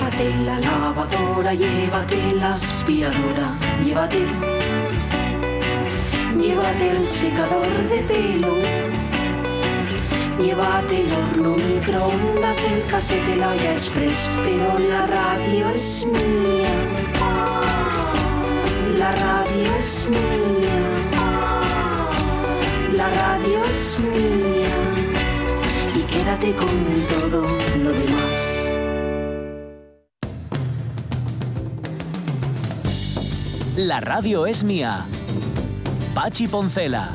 Llévate la lavadora, llévate la aspiradora, llévate el secador de pelo, llévate el horno, microondas, el cassette, el olla express, pero la radio es mía, la radio es mía, la radio es mía, y quédate con todo lo demás. La radio es mía. Pachi Poncela.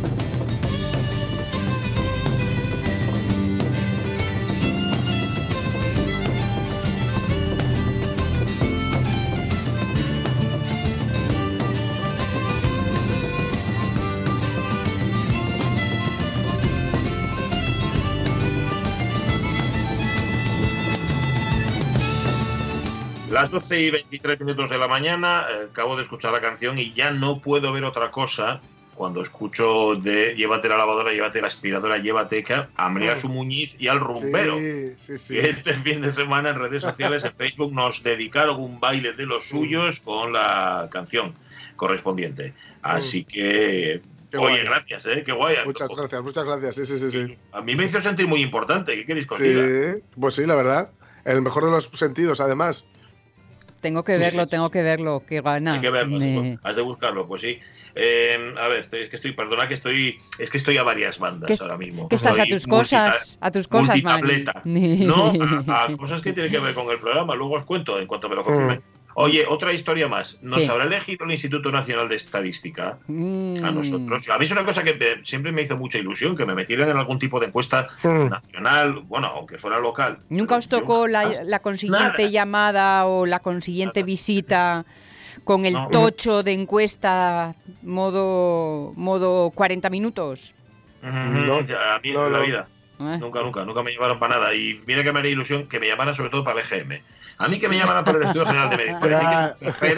Las 12:23 de la mañana, acabo de escuchar la canción y ya no puedo ver otra cosa cuando escucho de llévate la lavadora, llévate la aspiradora, llévate a Amriasu Muñiz y al rumbero. Sí. Que este fin de semana en redes sociales, en Facebook, nos dedicaron un baile de los suyos con la canción correspondiente. Así que... Oye, gracias, qué guay. Muchas gracias, sí. A mí me hizo sentir muy importante, ¿qué queréis que os diga? Sí, pues sí, la verdad. El mejor de los sentidos, además. Tengo que verlo, qué gana. Hay que verlo, has de buscarlo, pues sí. A ver, perdona que estoy a varias bandas ahora mismo. Que estás a tus cosas, Mani. No, a cosas que tienen que ver con el programa, luego os cuento en cuanto me lo confirmen. Oye, otra historia más. ¿Nos habrá elegido el Instituto Nacional de Estadística a nosotros? A mí es una cosa que siempre me hizo mucha ilusión, que me metieran en algún tipo de encuesta nacional, bueno, aunque fuera local. ¿Nunca os tocó la consiguiente llamada o la consiguiente visita con el tocho de encuesta modo 40 minutos? No, a mí en la vida. Nunca me llamaron para nada. Y mira que me haría ilusión que me llamaran sobre todo para el EGM. A mí que me llamaran para el Estudio General de Medicina.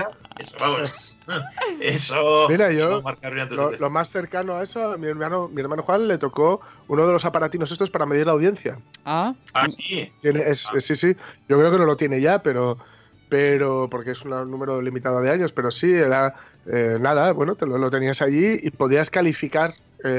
Eso. Mira, yo lo más cercano a eso, a mi hermano Juan le tocó uno de los aparatinos estos para medir la audiencia. Sí. Sí. Yo creo que no lo tiene ya, pero porque es un número limitado de años, pero sí, era nada, bueno, lo tenías allí y podías calificar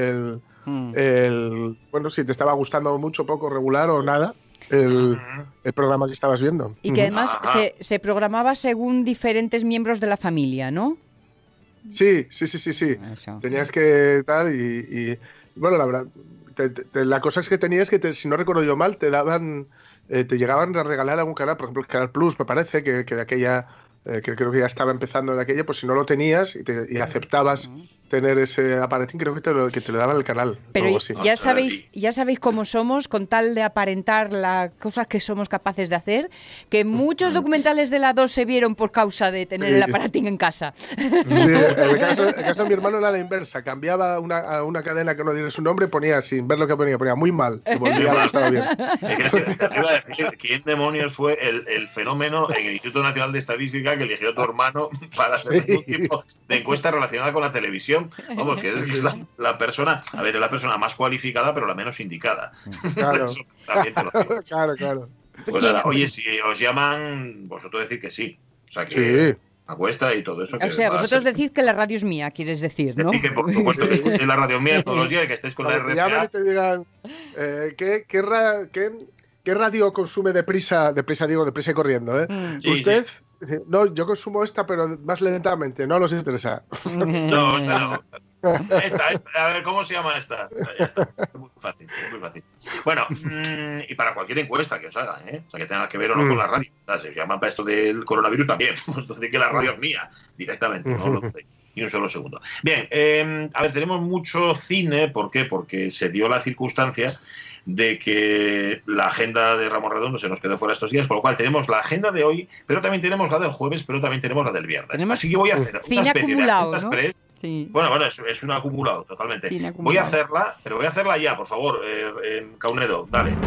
bueno, si te estaba gustando mucho, poco, regular o nada. El programa que estabas viendo. Y que además se programaba según diferentes miembros de la familia, ¿no? Sí. Eso. Tenías que tal y bueno, la verdad, la cosa es que tenías que, si no recuerdo yo mal, te llegaban a regalar algún canal, por ejemplo el Canal Plus, me parece, que de aquella, que creo que ya estaba empezando de aquella, pues si no lo tenías y aceptabas tener ese aparatín, creo que te lo daban el canal. Pero ya sabéis cómo somos, con tal de aparentar las cosas que somos capaces de hacer, que muchos documentales de la 2 se vieron por causa de tener el aparatín en casa. Sí, el caso de mi hermano era la inversa, cambiaba a una cadena que no tiene su nombre, ponía sin ver lo que ponía muy mal, y volvía a lo que estaba bien. ¿Quién demonios fue el fenómeno en el Instituto Nacional de Estadística que eligió tu hermano para hacer un tipo de encuesta relacionada con la televisión? Vamos, que es la persona, es la persona más cualificada, pero la menos indicada. Claro. Claro. Pues nada, oye, si os llaman, vosotros decís que sí. O sea, que acuesta y todo eso. O sea, vosotros decís que la radio es mía, quieres decir, ¿no? Decir que por supuesto que escuchéis la radio mía todos los días y que estéis con la RPA. Llaman y te digan, ¿qué radio consume deprisa y corriendo? ¿Usted? Sí. No, yo consumo esta, pero más lentamente, no nos interesa. No. Esta, a ver, ¿cómo se llama esta? Ya está. Muy fácil. Bueno, y para cualquier encuesta que os haga, o sea, que tenga que ver o no con la radio. O sea, si os llaman para esto del coronavirus también, pues entonces que la radio es mía, directamente, no lo dudéis ni un solo segundo. Bien, a ver, tenemos mucho cine, ¿por qué? Porque se dio la circunstancia de que la agenda de Ramón Redondo se nos quedó fuera estos días, con lo cual tenemos la agenda de hoy, pero también tenemos la del jueves, pero también tenemos la del viernes. Así que voy a hacer una especie de ¿no? Sí. Bueno, es un acumulado, totalmente. Voy a hacerla, pero voy a hacerla ya, por favor, Caunedo, dale.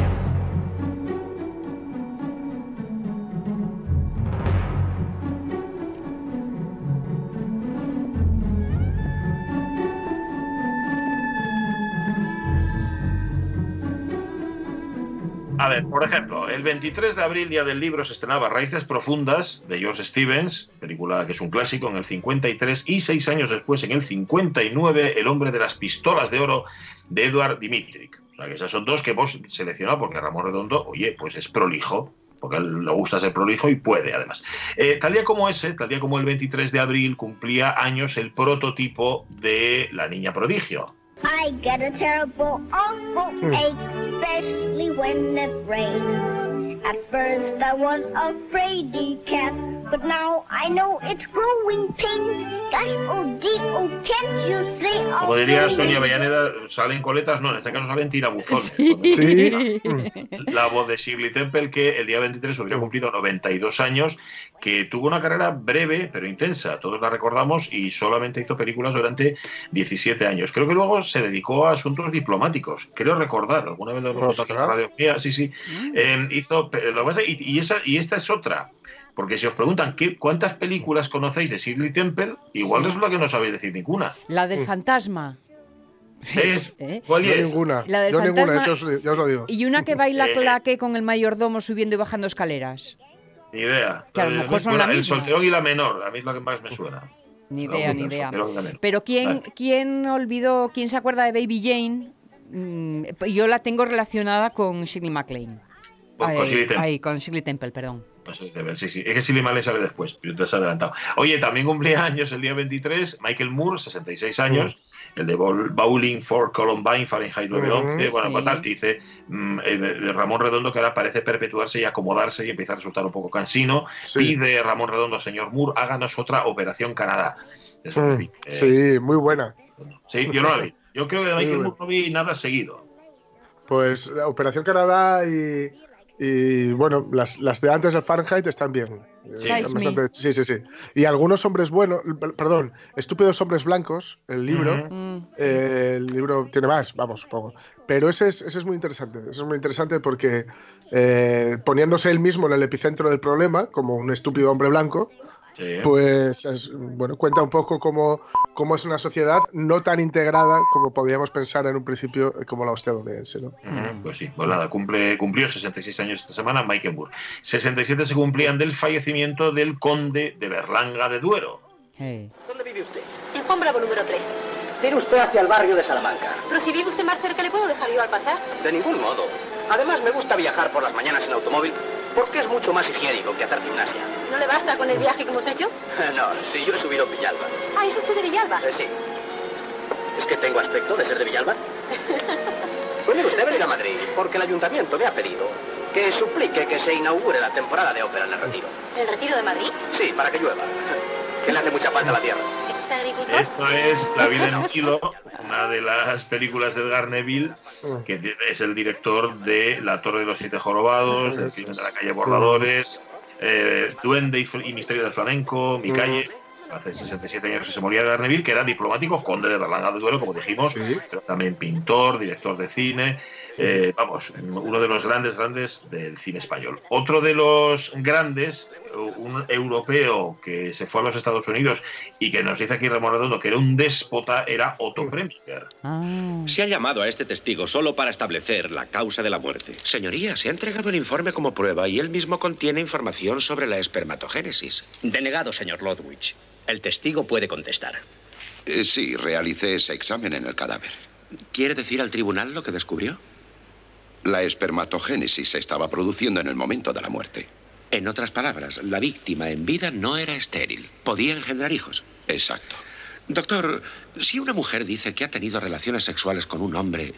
A ver, por ejemplo, el 23 de abril, día del libro, se estrenaba Raíces Profundas, de George Stevens, película que es un clásico, en el 53, y 6 años después, en el 59, El hombre de las pistolas de oro, de Edward Dmytryk. O sea, que esas son dos que hemos seleccionado porque Ramón Redondo, oye, pues es prolijo, porque a él le gusta ser prolijo y puede, además. Tal día como el 23 de abril, cumplía años el prototipo de La niña prodigio. I get a terrible, awful ache, especially when it rains. At first I was afraid it can't, but now I know it's growing pain. Gosh, oh dear, oh, can't you see? Como diría Sonia Avellaneda, salen coletas, no, en este caso salen tirabuzones. Sí. La voz de Shirley Temple, que el día 23 hubiera cumplido 92 años, que tuvo una carrera breve pero intensa, todos la recordamos, y solamente hizo películas durante 17 años. Creo que luego se dedicó a asuntos diplomáticos, creo recordar, alguna vez lo hemos contado en la radio mía, sí. Hizo, lo que pasa, y esta es otra, porque si os preguntan cuántas películas conocéis de Shirley Temple, igual resulta que no sabéis decir ninguna. La del fantasma. ¿Cuál es? Ninguna. La del Yo fantasma. ninguna, ya os lo digo. Y una que baila claque con el mayordomo subiendo y bajando escaleras. Ni idea. Que a lo mejor son la El misma. solterón y la menor, a mí es la que más me suena. Ni idea. Pero Pero ¿quién se acuerda de Baby Jane? Yo la tengo relacionada con Shirley MacLaine. Con Shirley Temple. Con Shirley Temple, perdón. Sí. Es que Shirley MacLaine sale después, pero te has adelantado. Oye, también cumplía años el día 23 Michael Moore, 66 años, el de Bowling for Columbine, Fahrenheit 9/11. Bueno, pues tal, dice Ramón Redondo que ahora parece perpetuarse y acomodarse y empieza a resultar un poco cansino. Sí. Pide Ramón Redondo, señor Moore, háganos otra Operación Canadá. Eso Sí, muy buena. Sí, yo no la vi. Yo creo que de Michael Moore no vi nada seguido. Pues la Operación Canadá y bueno, las de antes de Fahrenheit están bien. Sí. Sí. Y algunos hombres buenos, perdón, Estúpidos hombres blancos, el libro, el libro tiene más, vamos, supongo. Pero ese es muy interesante. Ese es muy interesante porque poniéndose él mismo en el epicentro del problema, como un estúpido hombre blanco, pues cuenta un poco cómo es una sociedad no tan integrada como podíamos pensar en un principio, como la estadounidense, ¿no? Pues sí, pues nada, cumplió 66 años esta semana Michael Moore. 67 se cumplían del fallecimiento del conde de Berlanga de Duero. ¿Dónde vive usted? En Juan Bravo número 3. Tire usted hacia el barrio de Salamanca. Pero si vive usted más cerca, ¿le puedo dejar yo al pasar? De ningún modo. Además, me gusta viajar por las mañanas en automóvil porque es mucho más higiénico que hacer gimnasia. ¿No le basta con el viaje que hemos hecho? No, si yo he subido en Villalba. Ah, ¿es usted de Villalba? Sí. ¿Es que tengo aspecto de ser de Villalba? Pues mire, usted ha venido a Madrid porque el ayuntamiento me ha pedido que suplique que se inaugure la temporada de ópera en el Retiro. ¿El Retiro de Madrid? Sí, para que llueva. Que le hace mucha falta a la tierra. ¿Es usted agricultor? Esto es La vida en un kilo, una de las películas de Edgar Neville, que es el director de La Torre de los Siete Jorobados, del Crimen de la Calle Bordadores, Duende y Misterio del Flamenco, Mi Calle. Hace 67 años que se moría Edgar Neville, que era diplomático, conde de Berlanga de Duero, como dijimos, pero también pintor, director de cine, uno de los grandes del cine español. Otro de los grandes, un europeo que se fue a los Estados Unidos y que nos dice aquí Ramón Redondo que era un déspota, era Otto Preminger. Se ha llamado a este testigo solo para establecer la causa de la muerte. Señoría, se ha entregado el informe como prueba y él mismo contiene información sobre la espermatogénesis. Denegado, señor Lodwich. El testigo puede contestar. Sí, realicé ese examen en el cadáver. ¿Quiere decir al tribunal lo que descubrió? La espermatogénesis se estaba produciendo en el momento de la muerte. En otras palabras, la víctima en vida no era estéril. Podía engendrar hijos. Exacto. Doctor, si una mujer dice que ha tenido relaciones sexuales con un hombre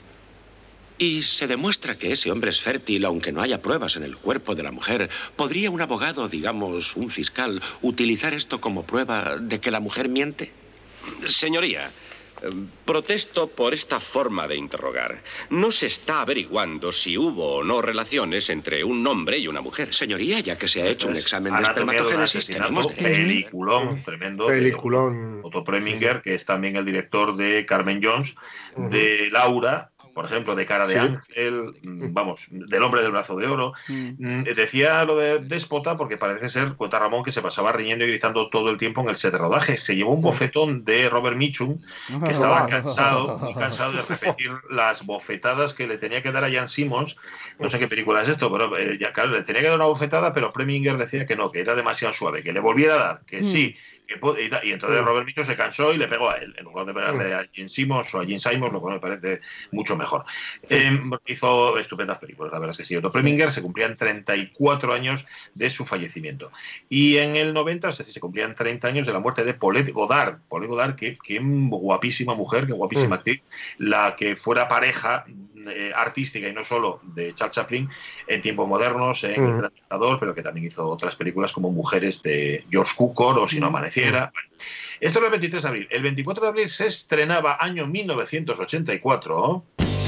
y se demuestra que ese hombre es fértil, aunque no haya pruebas en el cuerpo de la mujer, ¿podría un abogado, digamos, un fiscal, utilizar esto como prueba de que la mujer miente? Señoría, protesto por esta forma de interrogar. No se está averiguando si hubo o no relaciones entre un hombre y una mujer. Señoría, ya que se ha hecho un examen de Anatomía espermatogénesis, tenemos peliculón tremendo. Peliculón. Otto Preminger, que es también el director de Carmen Jones, de Laura, por ejemplo, de Cara de Ángel, vamos, del Hombre del Brazo de Oro. Decía lo de déspota porque parece ser, cuenta Ramón, que se pasaba riñendo y gritando todo el tiempo en el set de rodaje. Se llevó un bofetón de Robert Mitchum, que estaba muy cansado de repetir las bofetadas que le tenía que dar a Jan Simmons. No sé qué película es esto, pero ya, claro, le tenía que dar una bofetada, pero Preminger decía que no, que era demasiado suave, que le volviera a dar, que sí. Y entonces Robert Mitchum se cansó y le pegó a él, en lugar de pegarle a Gene Simmons o a Gene Simons, lo cual me parece mucho mejor. Hizo estupendas películas, la verdad es que sí. Otto Preminger se cumplían 34 años de su fallecimiento. Y en el 90, es decir, se cumplían 30 años de la muerte de Paulette Goddard. Paulette Goddard, que guapísima mujer, que guapísima actriz, la que fuera pareja artística y no solo de Charles Chaplin en tiempos modernos, en El Gran Dictador, pero que también hizo otras películas como Mujeres de George Cukor o Si no amaneciera. Esto es el 23 de abril. El 24 de abril se estrenaba, año 1984.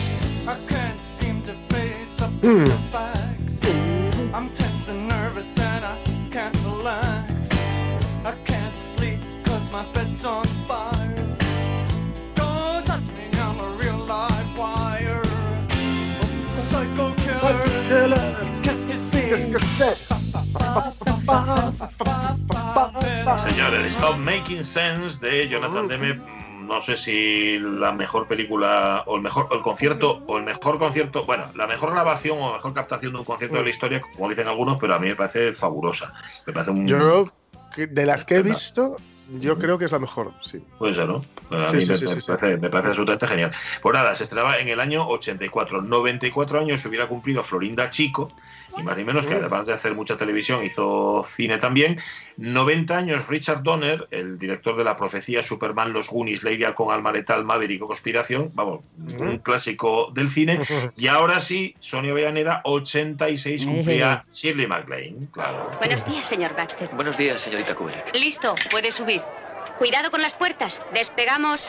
Señores, Stop Making Sense de Jonathan Demme. No sé si la mejor película o el mejor concierto, bueno, la mejor grabación o mejor captación de un concierto de la historia, como dicen algunos, pero a mí me parece fabulosa. Me parece Yo, de las que he visto, yo creo que es la mejor, sí. Puede ser, ¿no? A mí me parece absolutamente genial. Pues nada, se estrenaba en el año 84. 94 años hubiera cumplido Florinda Chico, y más ni menos, que además de hacer mucha televisión, hizo cine también. 90 años Richard Donner, el director de La Profecía, Superman, Los Goonies, Lady Halcón, Alma Letal, Maverick o Conspiración, vamos, un clásico del cine. Y ahora sí, Sonia Avellaneda, 86, cumplía Shirley MacLaine, claro. Buenos días, señor Baxter. Buenos días, señorita Kubrick. Listo, puede subir. Cuidado con las puertas, despegamos.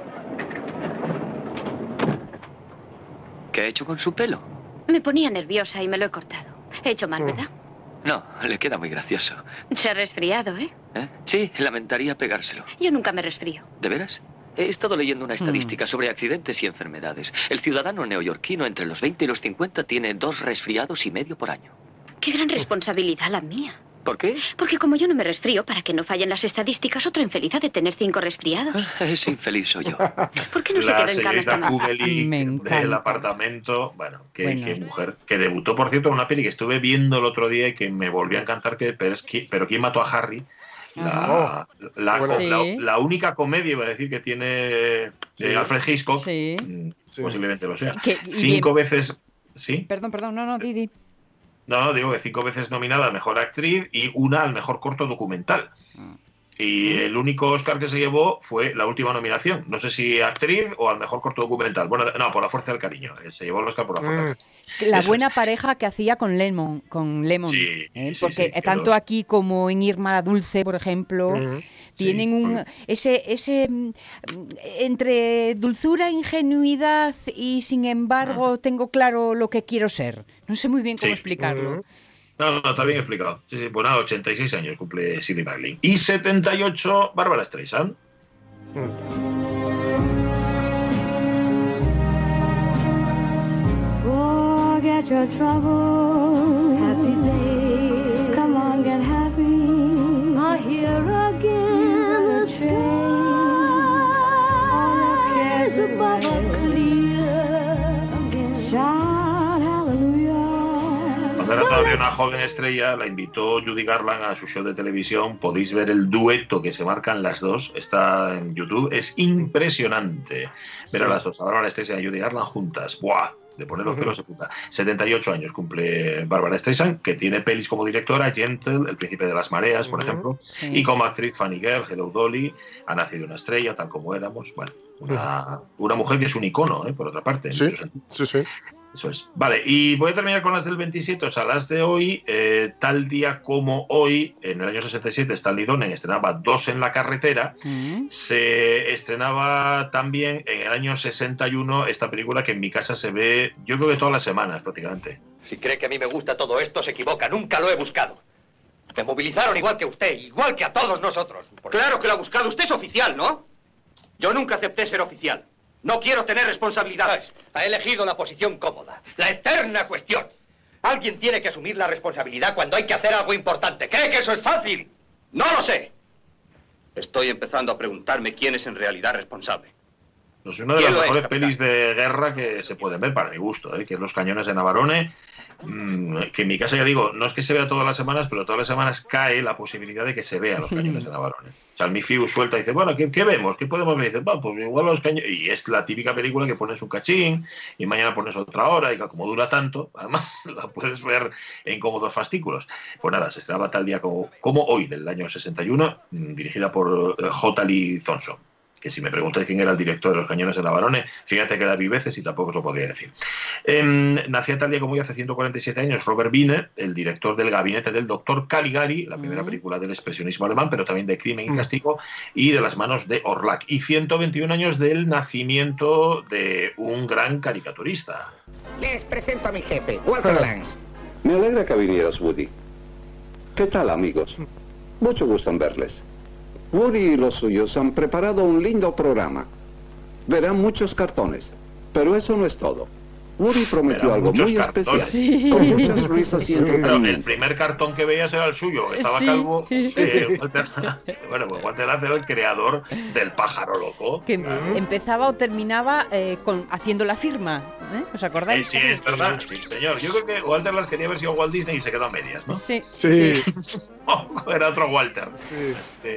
¿Qué ha hecho con su pelo? Me ponía nerviosa y me lo he cortado. He hecho mal, ¿verdad? No, le queda muy gracioso. Se ha resfriado, ¿eh? Sí, lamentaría pegárselo. Yo nunca me resfrío. ¿De veras? He estado leyendo una estadística sobre accidentes y enfermedades. El ciudadano neoyorquino entre los 20 y los 50 tiene 2 resfriados y medio por año. Qué gran responsabilidad la mía. ¿Por qué? Porque como yo no me resfrío, para que no fallen las estadísticas, otro infeliz ha de tener 5 resfriados. Es infeliz soy yo. ¿Por qué no se queda en cama esta mañana? Del apartamento, bueno, qué mujer, que debutó, por cierto, en una peli que estuve viendo el otro día y que me volvió a encantar, pero ¿quién mató a Harry? La única comedia, iba a decir, que tiene Alfred Hitchcock, posiblemente lo sea. 5 veces... ¿Sí? Perdón, no, Didi. No, digo que 5 veces nominada a Mejor Actriz y una al Mejor Corto Documental. Y el único Oscar que se llevó fue la última nominación. No sé si actriz o al Mejor Corto Documental. Bueno, no, por La Fuerza del Cariño. Se llevó el Oscar por La Fuerza del Cariño. La buena pareja que hacía con Lemon. Sí, porque tanto aquí como en Irma la Dulce, por ejemplo... Tienen ese entre dulzura, ingenuidad y sin embargo tengo claro lo que quiero ser. No sé muy bien cómo explicarlo. No, está bien explicado. Sí, pues nada, 86 años cumple Shirley MacLaine. Y 78, Bárbara Streisand. Forget your trouble, happy day. Come on, get happy. Here again, the skies, all cares above are clear. Shout hallelujah. Cuando era todavía una joven estrella, la invitó Judy Garland a su show de televisión. Podéis ver el dueto que se marcan las dos. Está en YouTube. Es impresionante ver a las dos, a Bárbara Streisand y a Judy Garland juntas. ¡Buah! De poner los pelos de punta. 78 años cumple Bárbara Streisand, que tiene pelis como directora, Gentle, El Príncipe de las Mareas, por ejemplo, y como actriz Funny Girl, Hello Dolly, Ha nacido una estrella, Tal como éramos. Bueno, una mujer que es un icono, por otra parte. Sí. Eso es. Vale, y voy a terminar con las del 27, o sea, las de hoy. Tal día como hoy, en el año 67, Stanley Donen estrenaba Dos en la carretera. Se estrenaba también en el año 61 esta película que en mi casa se ve, yo creo que todas las semanas prácticamente. Si cree que a mí me gusta todo esto, se equivoca. Nunca lo he buscado. Me movilizaron igual que usted, igual que a todos nosotros. Claro que lo ha buscado. Usted es oficial, ¿no? Yo nunca acepté ser oficial. No quiero tener responsabilidades. Ha elegido la posición cómoda, la eterna cuestión. Alguien tiene que asumir la responsabilidad cuando hay que hacer algo importante. ¿Cree que eso es fácil? No lo sé. Estoy empezando a preguntarme quién es en realidad responsable. Es una de las mejores pelis de guerra que se pueden ver, para mi gusto, que es Los cañones de Navarone, que en mi casa, ya digo, no es que se vea todas las semanas, pero todas las semanas cae la posibilidad de que se vea Los cañones de Navarone. O sea, mi fiu suelta y dice, bueno, ¿qué vemos? ¿Qué podemos ver? Y dice, pues igual Los cañones... Y es la típica película que pones un cachín y mañana pones otra hora, y como dura tanto, además la puedes ver en cómodos fascículos. Pues nada, se estrenaba tal día como hoy, del año 61, dirigida por J. Lee Thompson, que si me preguntáis quién era el director de Los cañones de Navarone, fíjate que la vi veces y tampoco os lo podría decir. Nacía tal día como hoy hace 147 años Robert Wiene, el director del Gabinete del Doctor Caligari, la primera película del expresionismo alemán, pero también de Crimen y Castigo, y de las manos de Orlac. Y 121 años del nacimiento de un gran caricaturista. Les presento a mi jefe, Walter Lance. Me alegra que vinieras, Woody. ¿Qué tal, amigos? Mucho gusto en verles. Woody y los suyos han preparado un lindo programa. Verán muchos cartones, pero eso no es todo. Woody prometió algo muy especial, sí, con muchas risas y entretenimiento. El primer cartón que veías era el suyo, estaba calvo. Bueno, pues Walter Lance era el creador del pájaro loco. Que empezaba o terminaba haciendo la firma, ¿os acordáis? Sí, es verdad, sí, señor. Yo creo que Walter Lance quería haber sido Walt Disney y se quedó a medias, ¿no? Sí. Era otro Walter. Sí.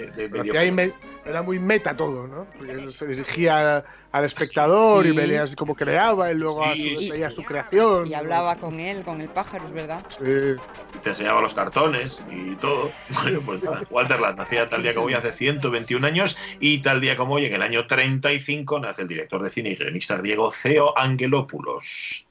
Era muy meta todo, ¿no? Porque él se dirigía al espectador y veías cómo creaba y luego veía su creación. Y hablaba con él, con el pájaro, es verdad. Sí. Te enseñaba los cartones y todo. Bueno, pues nada, Walter Lance nacía tal día como hoy hace 121 años y tal día como hoy, en el año 35, nace el director de cine y guionista griego Theo Angelopoulos.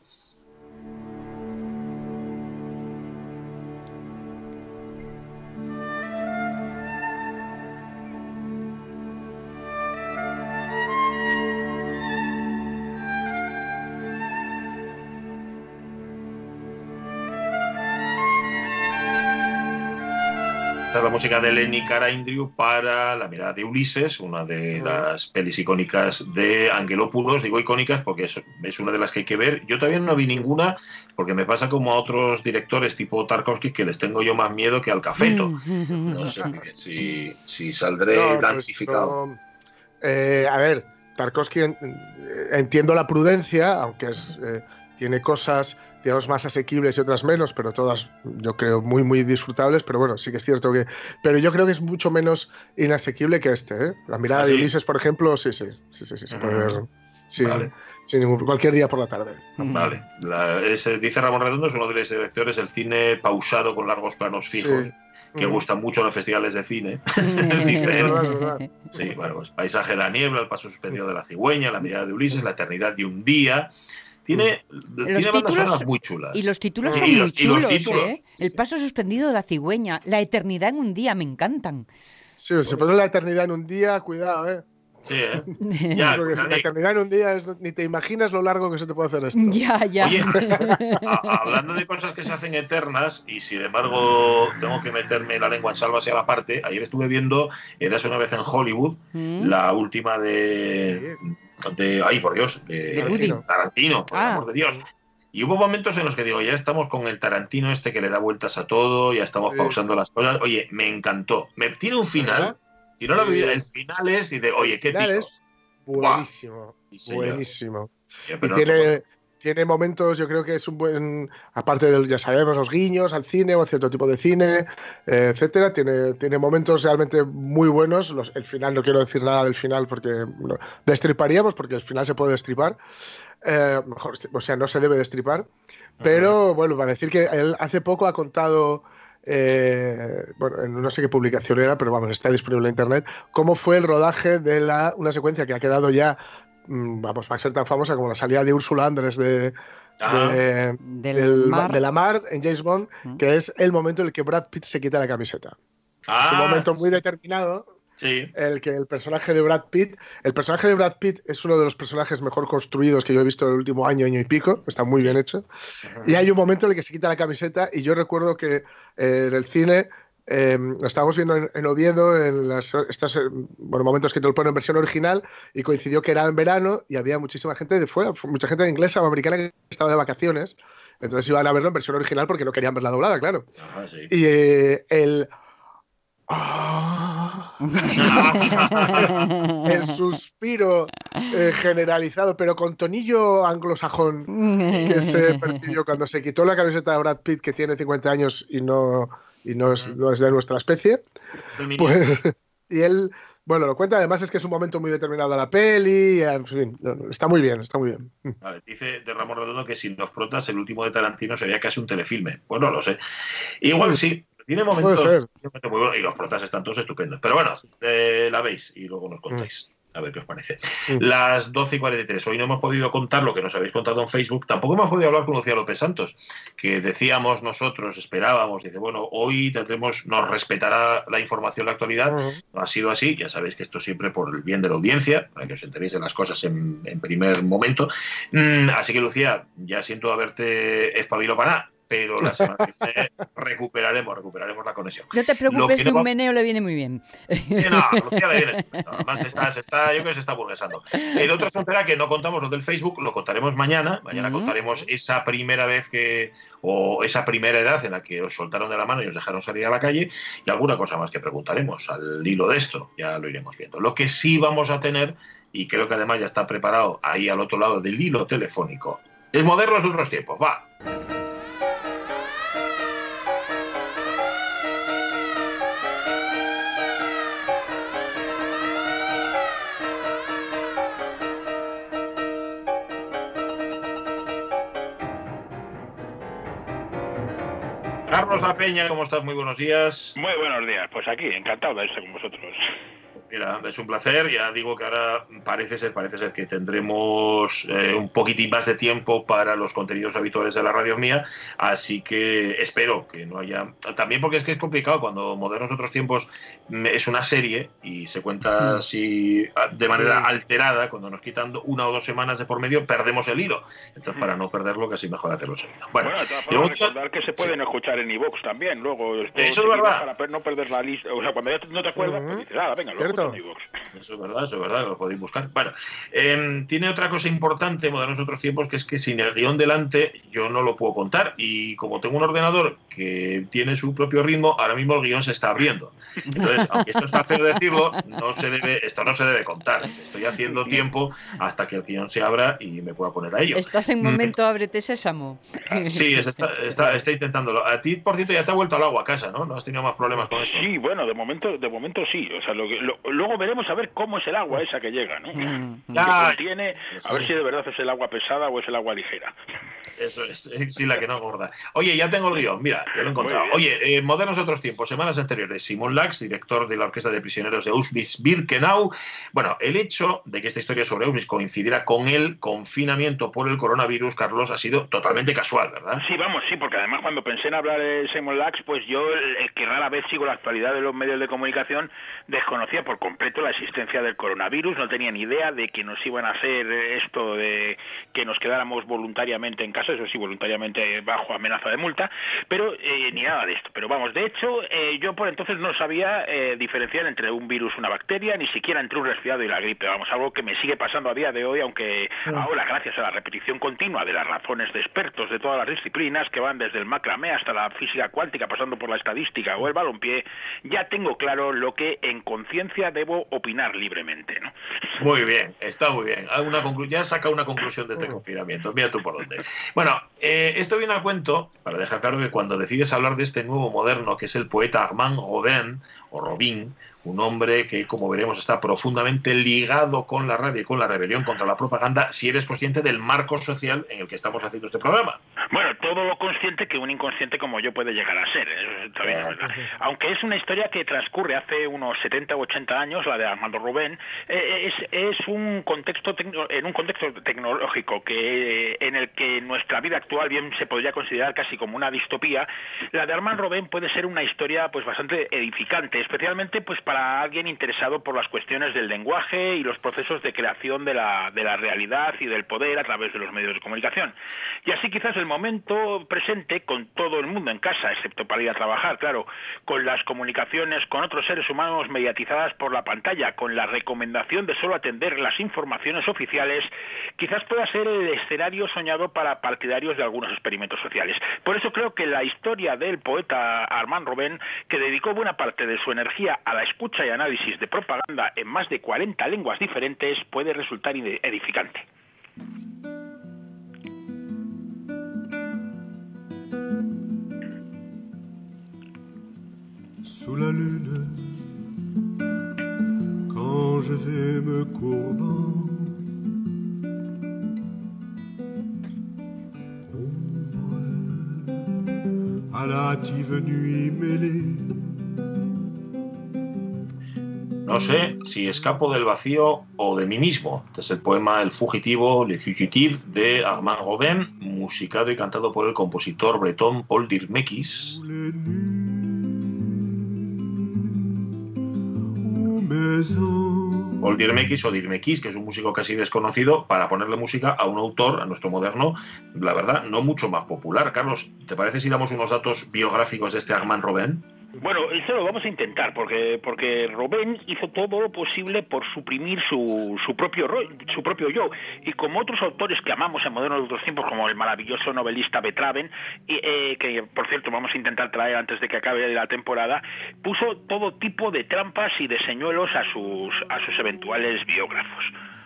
Esta es la música de Lenny Karaindriu para La mirada de Ulises, una de las pelis icónicas de Angelopoulos. Digo icónicas porque es una de las que hay que ver. Yo todavía no vi ninguna porque me pasa como a otros directores tipo Tarkovsky, que les tengo yo más miedo que al Cafeto. No sé muy bien si saldré damnificado. A ver, Tarkovsky entiendo la prudencia, aunque tiene cosas, digamos, más asequibles y otras menos, pero todas yo creo muy, muy disfrutables. Pero bueno, sí que es cierto que... Pero yo creo que es mucho menos inasequible que este, ¿eh? La mirada de Ulises, por ejemplo, sí, se puede ver. Sí, vale. Cualquier día por la tarde. Vale. Dice Ramón Redondo, es uno de los directores del cine pausado con largos planos fijos, que gustan mucho en los festivales de cine. Dice él. Sí, bueno, pues Paisaje de la niebla, El paso suspendido de la cigüeña, La mirada de Ulises, La eternidad de un día... Tiene bandas sonoras muy chulas. Y los títulos son muy chulos, ¿eh? El paso suspendido de la cigüeña, La eternidad en un día, me encantan. Sí, se pone La eternidad en un día, cuidado, ¿eh? Sí, ¿eh? Ya, la eternidad en un día ni te imaginas lo largo que se te puede hacer esto. Ya. Oye, hablando de cosas que se hacen eternas, y sin embargo tengo que meterme la lengua en salvas y a la parte, ayer estuve viendo Érase una vez en Hollywood, la última de ay, por Dios, de Tarantino, por el amor de Dios. Y hubo momentos en los que digo, ya estamos con el Tarantino este que le da vueltas a todo, ya estamos pausando las cosas. Oye, me encantó. Tiene un final. Si no lo vi, el final es y de, oye, qué tío. Buenísimo, buenísimo. Y tiene momentos, yo creo que es un buen, aparte de, ya sabemos, los guiños al cine o a cierto tipo de cine, etcétera, tiene momentos realmente muy buenos. El final, no quiero decir nada del final porque destriparíamos, porque el final se puede destripar. Mejor, o sea, no se debe destripar. Pero bueno, para decir que él hace poco ha contado... bueno, no sé qué publicación era, pero vamos, está disponible en internet, cómo fue el rodaje de una secuencia que ha quedado ya, vamos, va a ser tan famosa como la salida de Ursula Andrés de la mar en James Bond, que es el momento en el que Brad Pitt se quita la camiseta. Es un momento muy determinado. Sí. El personaje de Brad Pitt es uno de los personajes mejor construidos que yo he visto en el último año y pico. Está muy bien hecho. Y hay un momento en el que se quita la camiseta y yo recuerdo que en el cine lo estábamos viendo en Oviedo, en estos momentos que te lo ponen en versión original, y coincidió que era en verano y había muchísima gente de fuera, mucha gente inglesa o americana que estaba de vacaciones. Entonces iban a verlo en versión original porque no querían verla doblada, claro. Ajá, sí. Y el suspiro generalizado, pero con tonillo anglosajón que se percibió cuando se quitó la camiseta de Brad Pitt, que tiene 50 años y no es de nuestra especie, pues, y él, bueno, lo cuenta. Además es que es un momento muy determinado de la peli, en fin, está muy bien, está muy bien. Vale, dice de Ramón Redondo que sin los protas el último de Tarantino sería casi un telefilme. Pues no lo sé. Igual sí. Tiene momentos muy buenos y los protas están todos estupendos. Pero bueno, la veis y luego nos contáis. A ver qué os parece. Las 12:43. Hoy no hemos podido contar lo que nos habéis contado en Facebook. Tampoco hemos podido hablar con Lucía López Santos, que decíamos nosotros, esperábamos, dice, bueno, hoy nos respetará la información, la actualidad. No ha sido así. Ya sabéis que esto siempre por el bien de la audiencia, para que os enteréis de las cosas en primer momento. Así que, Lucía, ya siento haberte espabilado para nada, pero la semana que viene recuperaremos la conexión. No te preocupes, que un meneo le viene muy bien. No, Lucía le viene. Además, yo creo que se está burguesando. El otro frontera que no contamos, lo del Facebook, lo contaremos mañana. Mañana contaremos esa primera vez o esa primera edad en la que os soltaron de la mano y os dejaron salir a la calle, y alguna cosa más que preguntaremos al hilo de esto. Ya lo iremos viendo. Lo que sí vamos a tener, y creo que además ya está preparado ahí al otro lado del hilo telefónico, es modernos de otros tiempos. Va. Carlos La Peña, ¿cómo estás? Muy buenos días. Muy buenos días, pues aquí, encantado de estar con vosotros. Mira, es un placer. Ya digo que ahora parece ser que tendremos un poquitín más de tiempo para los contenidos habituales de la radio mía, así que espero que no haya... También porque es que es complicado cuando Modernos Otros Tiempos es una serie y se cuenta así de manera alterada. Cuando nos quitan 1 o 2 semanas de por medio, perdemos el hilo. Entonces, para no perderlo, casi mejor hacerlo seguido. Bueno, de todas formas, recordar que se pueden escuchar en iVoox también. Luego, eso es verdad. Para no perder la lista. O sea, cuando ya no te acuerdas, pues dices, venga, lo Eso es verdad, lo podéis buscar. Bueno, tiene otra cosa importante, Modernos Otros Tiempos, que es que sin el guión delante yo no lo puedo contar, y como tengo un ordenador que tiene su propio ritmo, ahora mismo el guión se está abriendo. Entonces, aunque esto está feo decirlo, esto no se debe contar. Estoy haciendo tiempo hasta que el guión se abra y me pueda poner a ello. Estás en momento ábrete sésamo. Sí, está intentándolo. A ti, por cierto, ya te ha vuelto al agua a casa, ¿no? ¿No has tenido más problemas con eso? Sí, bueno, de momento sí. O sea, luego veremos a ver cómo es el agua esa que llega, ¿no? Que contiene, a ver si de verdad es el agua pesada o es el agua ligera. Eso es, sí, la que no gorda. Oye, ya tengo el guión, mira, ya lo he encontrado. Oye, Modernos Otros Tiempos, semanas anteriores, Simón Lax, director de la Orquesta de Prisioneros de Auschwitz-Birkenau. Bueno, el hecho de que esta historia sobre Auschwitz coincidiera con el confinamiento por el coronavirus, Carlos, ha sido totalmente casual, ¿verdad? Sí, porque además cuando pensé en hablar de Simón Lax, pues yo, que rara vez sigo la actualidad de los medios de comunicación, desconocía por completo la existencia del coronavirus, no tenía ni idea de que nos iban a hacer esto de que nos quedáramos voluntariamente en casa, eso sí, voluntariamente bajo amenaza de multa, pero ni nada de esto. Pero vamos, de hecho, yo por entonces no sabía diferenciar entre un virus, una bacteria, ni siquiera entre un resfriado y la gripe. Vamos, algo que me sigue pasando a día de hoy, aunque ahora, gracias a la repetición continua de las razones de expertos de todas las disciplinas, que van desde el macramé hasta la física cuántica, pasando por la estadística o el balompié, ya tengo claro lo que en conciencia debo opinar libremente, ¿no? Muy bien, está muy bien. Ya saca una conclusión de este confinamiento. Mira tú por dónde. Bueno, esto viene a cuento, para dejar claro que cuando decides hablar de este nuevo moderno, que es el poeta Armand Robin, un hombre que, como veremos, está profundamente ligado con la radio y con la rebelión contra la propaganda, si eres consciente del marco social en el que estamos haciendo este programa. Bueno, todo lo consciente que un inconsciente como yo puede llegar a ser, también es verdad. Aunque es una historia que transcurre hace unos 70 u 80 años, la de Armando Robben, es un contexto tecnológico en el que nuestra vida actual bien se podría considerar casi casi como una distopía, la de Armand Robben puede ser una historia pues bastante edificante, especialmente pues para alguien interesado por las cuestiones del lenguaje y los procesos de creación de la realidad y del poder a través de los medios de comunicación. Y así quizás el momento presente, con todo el mundo en casa, excepto para ir a trabajar, claro, con las comunicaciones con otros seres humanos mediatizadas por la pantalla, con la recomendación de solo atender las informaciones oficiales, quizás pueda ser el escenario soñado para partidarios de algunos experimentos sociales. Por eso creo que la historia del poeta Armand Robben, que dedicó buena parte de su energía a la escucha y análisis de propaganda en más de 40 lenguas diferentes, puede resultar edificante. Sous la lune, quand je vais me courbant, ombre à la hâtive nuit mêlée. No sé si escapo del vacío o de mí mismo. Este es el poema El Fugitivo, Le Fugitif, de Armand Robben, musicado y cantado por el compositor bretón Paul Dirmekis. Paul Dirmekis o Dirmekis, que es un músico casi desconocido, para ponerle música a un autor, a nuestro moderno, la verdad, no mucho más popular. Carlos, ¿te parece si damos unos datos biográficos de este Armand Robben? Bueno, eso lo vamos a intentar, porque Robben hizo todo lo posible por suprimir su propio yo, y como otros autores que amamos en modernos de otros tiempos, como el maravilloso novelista Beethoven, que por cierto vamos a intentar traer antes de que acabe la temporada, puso todo tipo de trampas y de señuelos a sus eventuales biógrafos.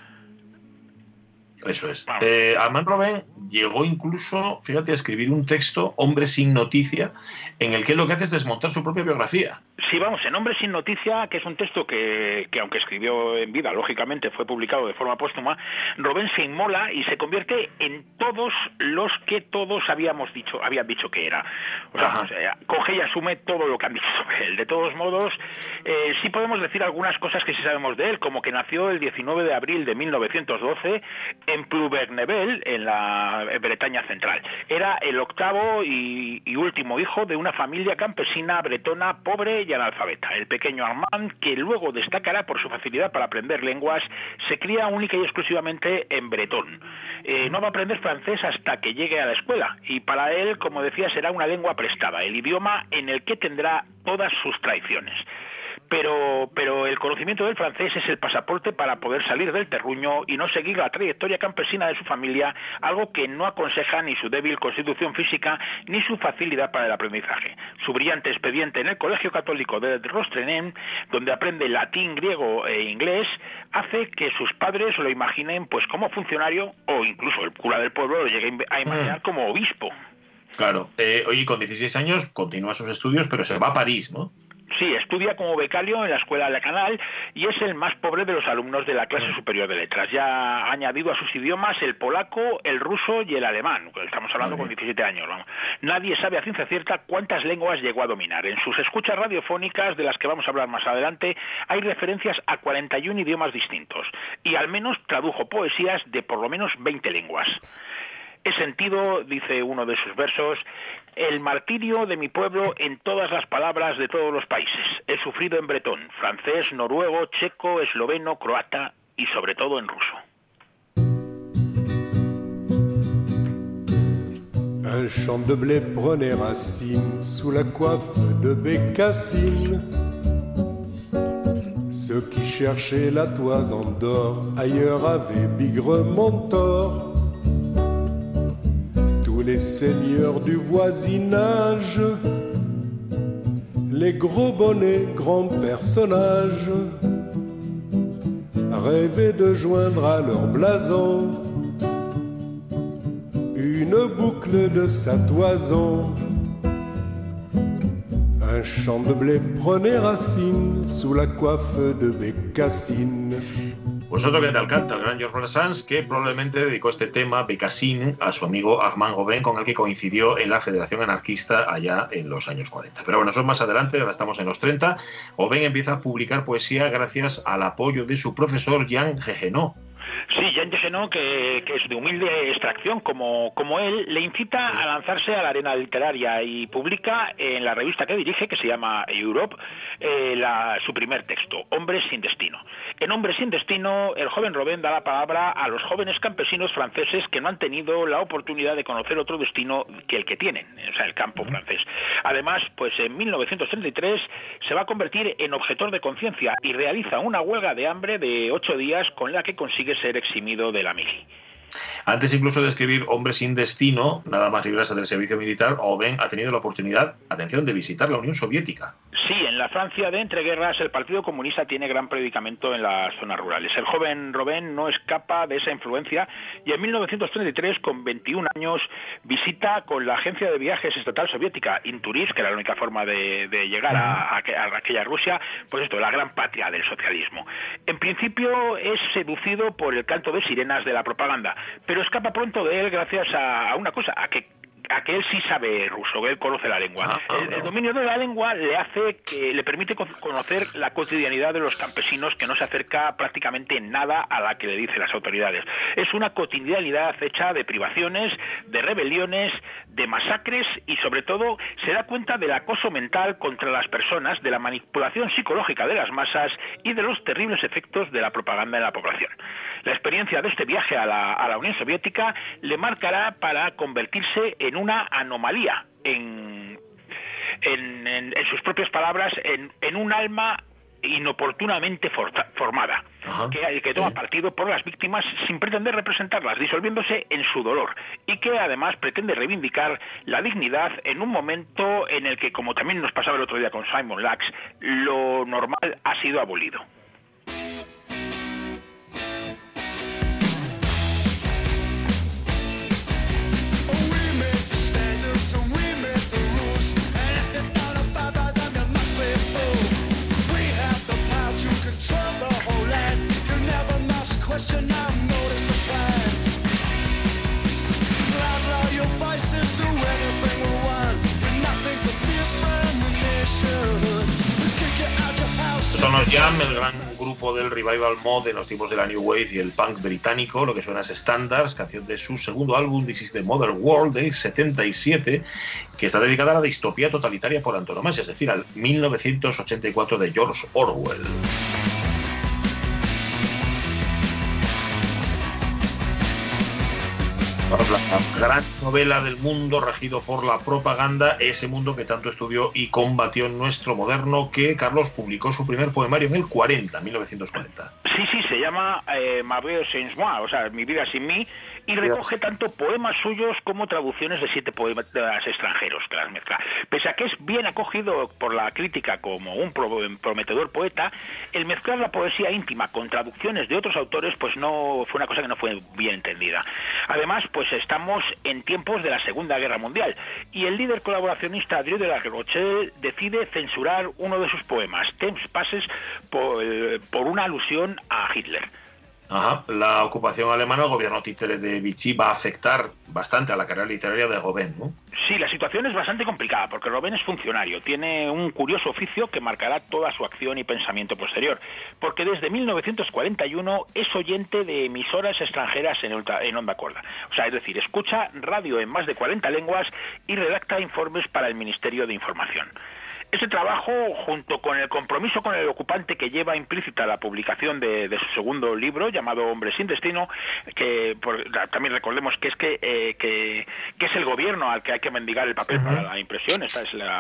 Eso es. Armand Robben llegó incluso, fíjate, a escribir un texto, Hombre sin noticia, en el que lo que hace es desmontar su propia biografía. Sí, vamos, en Hombre sin noticia, que es un texto que aunque escribió en vida, lógicamente fue publicado de forma póstuma, Robben se inmola y se convierte en todos los que todos habían dicho que era. O sea, coge y asume todo lo que han dicho sobre él. De todos modos, sí podemos decir algunas cosas que sí sabemos de él, como que nació el 19 de abril de 1912 en Ploubert-Nevel, en la Bretaña central. Era el octavo y último hijo de una familia campesina bretona pobre y analfabeta. El pequeño Armand, que luego destacará por su facilidad para aprender lenguas, se cría única y exclusivamente en bretón. No va a aprender francés hasta que llegue a la escuela, y para él, como decía, será una lengua prestada, el idioma en el que tendrá todas sus tradiciones. Pero el conocimiento del francés es el pasaporte para poder salir del terruño y no seguir la trayectoria campesina de su familia, algo que no aconseja ni su débil constitución física ni su facilidad para el aprendizaje. Su brillante expediente en el Colegio Católico de Rostrenem, donde aprende latín, griego e inglés, hace que sus padres lo imaginen pues como funcionario, o incluso el cura del pueblo lo llegue a imaginar como obispo. Claro. Oye, con 16 años continúa sus estudios, pero se va a París, ¿no? Sí, estudia como becario en la Escuela de Canal y es el más pobre de los alumnos de la clase superior de letras. Ya ha añadido a sus idiomas el polaco, el ruso y el alemán. Estamos hablando con 17 años. Vamos. Nadie sabe a ciencia cierta cuántas lenguas llegó a dominar. En sus escuchas radiofónicas, de las que vamos a hablar más adelante, hay referencias a 41 idiomas distintos y al menos tradujo poesías de por lo menos 20 lenguas. He sentido, dice uno de sus versos, el martirio de mi pueblo en todas las palabras de todos los países. He sufrido en bretón, francés, noruego, checo, esloveno, croata y sobre todo en ruso. Un champ de blé prenait racine sous la coiffe de Bécassine. Ceux qui cherchaient la toison d'or ailleurs avaient bigrement tort. Les seigneurs du voisinage, les gros bonnets, grands personnages, rêvaient de joindre à leur blason une boucle de sa toison. Un champ de blé prenait racine sous la coiffe de Bécassine. Pues otro que tal canta, el gran Georges Brassens, que probablemente dedicó este tema, Bécassine, a su amigo Armand Robben, con el que coincidió en la Federación Anarquista allá en los años 40. Pero bueno, eso es más adelante, ahora estamos en los 30. Robben empieza a publicar poesía gracias al apoyo de su profesor Jean Gegenot. Sí, Jean Genot, que es de humilde extracción como él, le incita a lanzarse a la arena literaria y publica en la revista que dirige, que se llama Europe, su primer texto, Hombres sin destino. En Hombres sin destino, el joven Robin da la palabra a los jóvenes campesinos franceses que no han tenido la oportunidad de conocer otro destino que el que tienen, o sea, el campo francés. Además, pues en 1933 se va a convertir en objetor de conciencia y realiza una huelga de hambre de 8 días con la que consigue ser eximido de la mili. Antes incluso de escribir Hombres sin destino, nada más librarse del servicio militar, Aubin ha tenido la oportunidad, atención, de visitar la Unión Soviética. Sí, en la Francia de entreguerras el Partido Comunista tiene gran predicamento en las zonas rurales. El joven Robin no escapa de esa influencia y en 1933, con 21 años, visita con la agencia de viajes estatal soviética, Inturist, que era la única forma de llegar a aquella Rusia, pues esto, la gran patria del socialismo. En principio es seducido por el canto de sirenas de la propaganda, pero escapa pronto de él gracias a una cosa, a que él sí sabe ruso, que él conoce la lengua. El dominio de la lengua le permite conocer la cotidianidad de los campesinos, que no se acerca prácticamente en nada a la que le dicen las autoridades. Es una cotidianidad hecha de privaciones, de rebeliones, de masacres y sobre todo se da cuenta del acoso mental contra las personas, de la manipulación psicológica de las masas y de los terribles efectos de la propaganda en la población. La experiencia de este viaje a la Unión Soviética le marcará para convertirse en una anomalía, en sus propias palabras, en un alma inoportunamente formada, que toma partido por las víctimas sin pretender representarlas, disolviéndose en su dolor, y que además pretende reivindicar la dignidad en un momento en el que, como también nos pasaba el otro día con Simon Lax, lo normal ha sido abolido. Son los Jam, el gran grupo del revival mod en los tiempos de la New Wave y el punk británico. Lo que suena es Standards, canción de su segundo álbum, This is the Modern World, de 77, que está dedicada a la distopía totalitaria por antonomasia, es decir, al 1984 de George Orwell. La gran novela del mundo regido por la propaganda, ese mundo que tanto estudió y combatió en nuestro moderno, que Carlos publicó su primer poemario en el 1940. Sí, se llama Ma vie sans moi, o sea, Mi vida sin mí, y recoge tanto poemas suyos como traducciones de 7 poemas extranjeros que las mezcla. Pese a que es bien acogido por la crítica como un prometedor poeta, el mezclar la poesía íntima con traducciones de otros autores pues no fue una cosa que no fue bien entendida. Además, pues estamos en tiempos de la Segunda Guerra Mundial y el líder colaboracionista Drieu de la Rochelle decide censurar uno de sus poemas, Temps passes, por una alusión a Hitler. La ocupación alemana, el gobierno títere de Vichy, va a afectar bastante a la carrera literaria de Robin, ¿no? Sí, la situación es bastante complicada porque Robin es funcionario, tiene un curioso oficio que marcará toda su acción y pensamiento posterior, porque desde 1941 es oyente de emisoras extranjeras en onda corta, o sea, es decir, escucha radio en más de 40 lenguas y redacta informes para el Ministerio de Información. Ese trabajo, junto con el compromiso con el ocupante que lleva implícita la publicación de su segundo libro, llamado Hombres sin destino, que también recordemos que es el gobierno al que hay que mendigar el papel para la impresión, esto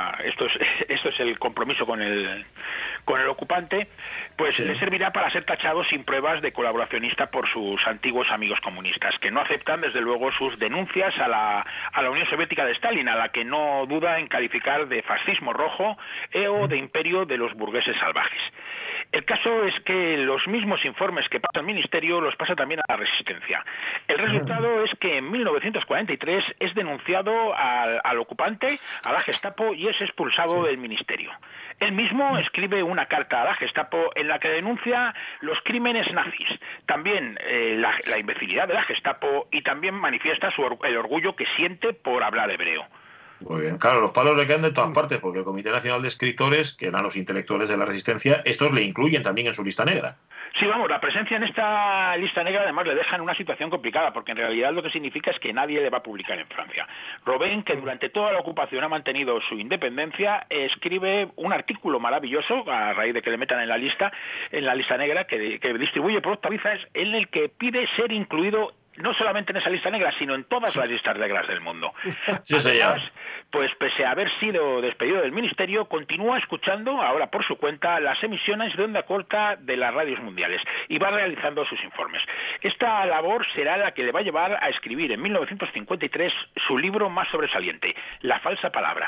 es el compromiso con el ocupante, pues le servirá para ser tachado sin pruebas de colaboracionista por sus antiguos amigos comunistas, que no aceptan desde luego sus denuncias a la Unión Soviética de Stalin, a la que no duda en calificar de fascismo rojo o de imperio de los burgueses salvajes. El caso es que los mismos informes que pasa al Ministerio los pasa también a la Resistencia. El resultado es que en 1943 es denunciado al ocupante, a la Gestapo, y es expulsado del Ministerio. Él mismo escribe una carta a la Gestapo en la que denuncia los crímenes nazis, también la imbecilidad de la Gestapo, y también manifiesta el orgullo que siente por hablar hebreo. Muy bien, claro, los palos le caen de todas partes, porque el Comité Nacional de Escritores, que eran los intelectuales de la Resistencia, estos le incluyen también en su lista negra. Sí, vamos, la presencia en esta lista negra además le deja en una situación complicada, porque en realidad lo que significa es que nadie le va a publicar en Francia. Robben, que durante toda la ocupación ha mantenido su independencia, escribe un artículo maravilloso, a raíz de que le metan en la lista negra, que distribuye por Octavizas, en el que pide ser incluido no solamente en esa lista negra, sino en todas las listas negras del mundo. Sí, además, pues pese a haber sido despedido del ministerio, continúa escuchando, ahora por su cuenta, las emisiones de onda corta de las radios mundiales y va realizando sus informes. Esta labor será la que le va a llevar a escribir en 1953 su libro más sobresaliente, La falsa palabra.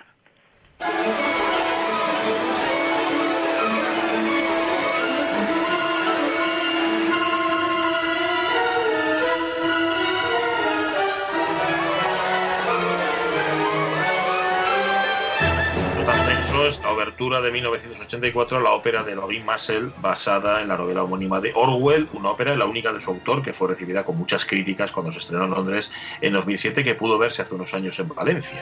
Esta obertura de 1984, la ópera de Robin Marcel, basada en la novela homónima de Orwell, una ópera, la única de su autor, que fue recibida con muchas críticas cuando se estrenó en Londres en 2007, que pudo verse hace unos años en Valencia.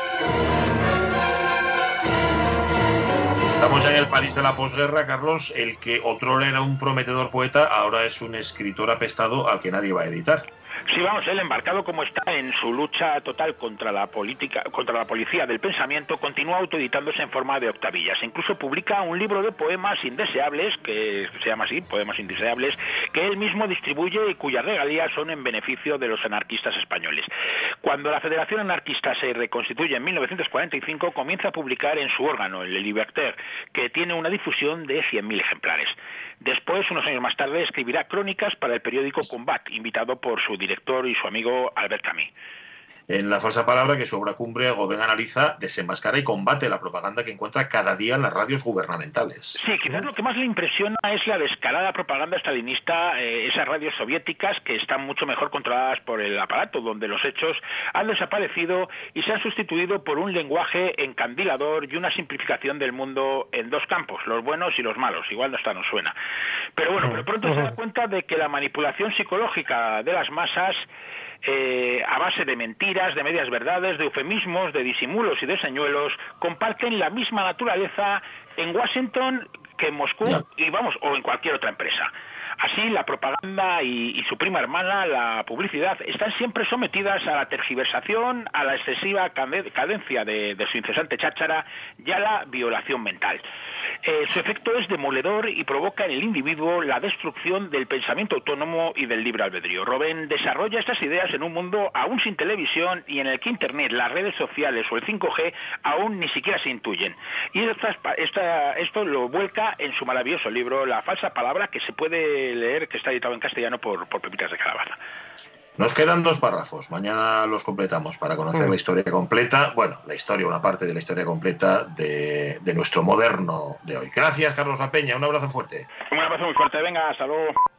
Estamos ya en el París de la posguerra, Carlos. El que otrora era un prometedor poeta, ahora es un escritor apestado al que nadie va a editar. Sí, vamos, él, embarcado como está en su lucha total contra la policía del pensamiento, continúa autoeditándose en forma de octavillas. Incluso publica un libro de poemas indeseables, que se llama así, Poemas Indeseables, que él mismo distribuye y cuyas regalías son en beneficio de los anarquistas españoles. Cuando la Federación Anarquista se reconstituye en 1945, comienza a publicar en su órgano, el Libertaire, que tiene una difusión de 100.000 ejemplares. Después, unos años más tarde, escribirá crónicas para el periódico Combat, invitado por su director y su amigo Albert Camus. En La falsa palabra, que su obra cumbre, Robben analiza, desenmascara y combate la propaganda que encuentra cada día en las radios gubernamentales. Sí, quizás lo que más le impresiona es la descarada propaganda estalinista, esas radios soviéticas que están mucho mejor controladas por el aparato, donde los hechos han desaparecido y se han sustituido por un lenguaje encandilador y una simplificación del mundo en dos campos, los buenos y los malos. Igual hasta nos suena. Pero bueno, pero pronto se da cuenta de que la manipulación psicológica de las masas, a base de mentiras, de medias verdades, de eufemismos, de disimulos y de señuelos, comparten la misma naturaleza en Washington que en Moscú y vamos, o en cualquier otra empresa. Así, la propaganda y su prima hermana, la publicidad, están siempre sometidas a la tergiversación, a la excesiva cadencia de su incesante cháchara y a la violación mental. Su efecto es demoledor y provoca en el individuo la destrucción del pensamiento autónomo y del libre albedrío. Robben desarrolla estas ideas en un mundo aún sin televisión y en el que Internet, las redes sociales o el 5G aún ni siquiera se intuyen. Y esto lo vuelca en su maravilloso libro, La falsa palabra, que se puede leer, que está editado en castellano por Pepitas de Calabaza. Nos quedan 2 párrafos, mañana los completamos para conocer la historia completa, bueno, la historia, una parte de la historia completa de nuestro moderno de hoy. Gracias, Carlos La Peña, un abrazo fuerte. Un abrazo muy fuerte, venga, hasta luego.